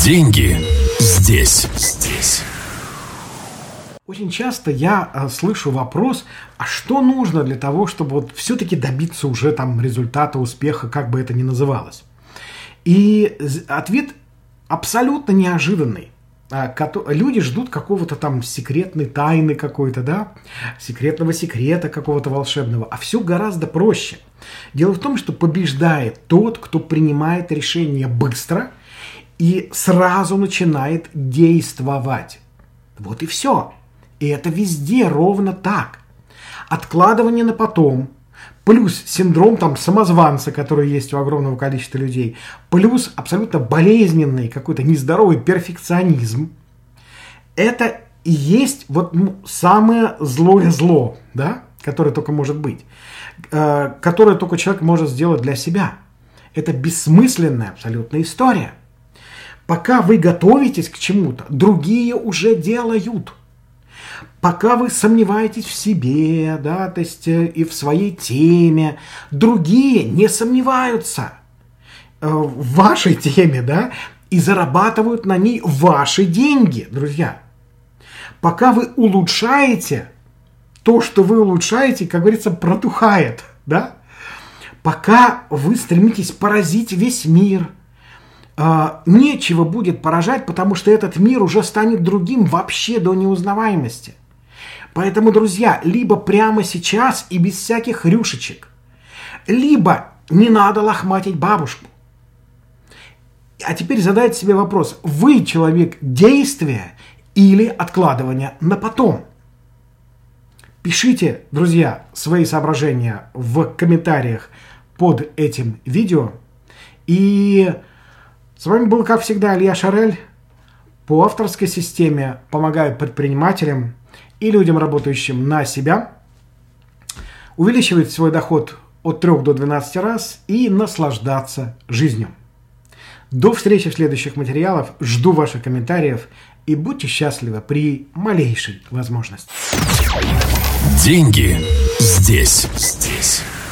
Деньги здесь. Очень часто я слышу вопрос, а что нужно для того, чтобы вот все-таки добиться уже там результата, успеха, как бы это ни называлось. И ответ абсолютно неожиданный. Люди ждут какого-то там секретной тайны какой-то, да, секретного секрета какого-то волшебного. А все гораздо проще. Дело в том, что побеждает тот, кто принимает решение быстро и сразу начинает действовать. Вот и все. И это везде ровно так. Откладывание на потом, плюс синдром там самозванца, который есть у огромного количества людей, плюс абсолютно болезненный какой-то нездоровый перфекционизм, это и есть вот самое злое зло, да, которое только может быть, которое только человек может сделать для себя. Это бессмысленная абсолютная история. Пока вы готовитесь к чему-то, другие уже делают. Пока вы сомневаетесь в себе, да, то есть и в своей теме, другие не сомневаются в вашей теме, да, и зарабатывают на ней ваши деньги, друзья. Пока вы улучшаете, то, что вы улучшаете, как говорится, протухает, да. Пока вы стремитесь поразить весь мир, нечего будет поражать, потому что этот мир уже станет другим вообще до неузнаваемости. Поэтому, друзья, либо прямо сейчас и без всяких рюшечек, либо не надо лохматить бабушку. А теперь задайте себе вопрос: вы человек действия или откладывания на потом? Пишите, друзья, свои соображения в комментариях под этим видео. И с вами был, как всегда, Илья Шарель. По авторской системе помогаю предпринимателям и людям, работающим на себя, увеличивать свой доход от 3 до 12 раз и наслаждаться жизнью. До встречи в следующих материалах. Жду ваших комментариев и будьте счастливы при малейшей возможности. Деньги здесь.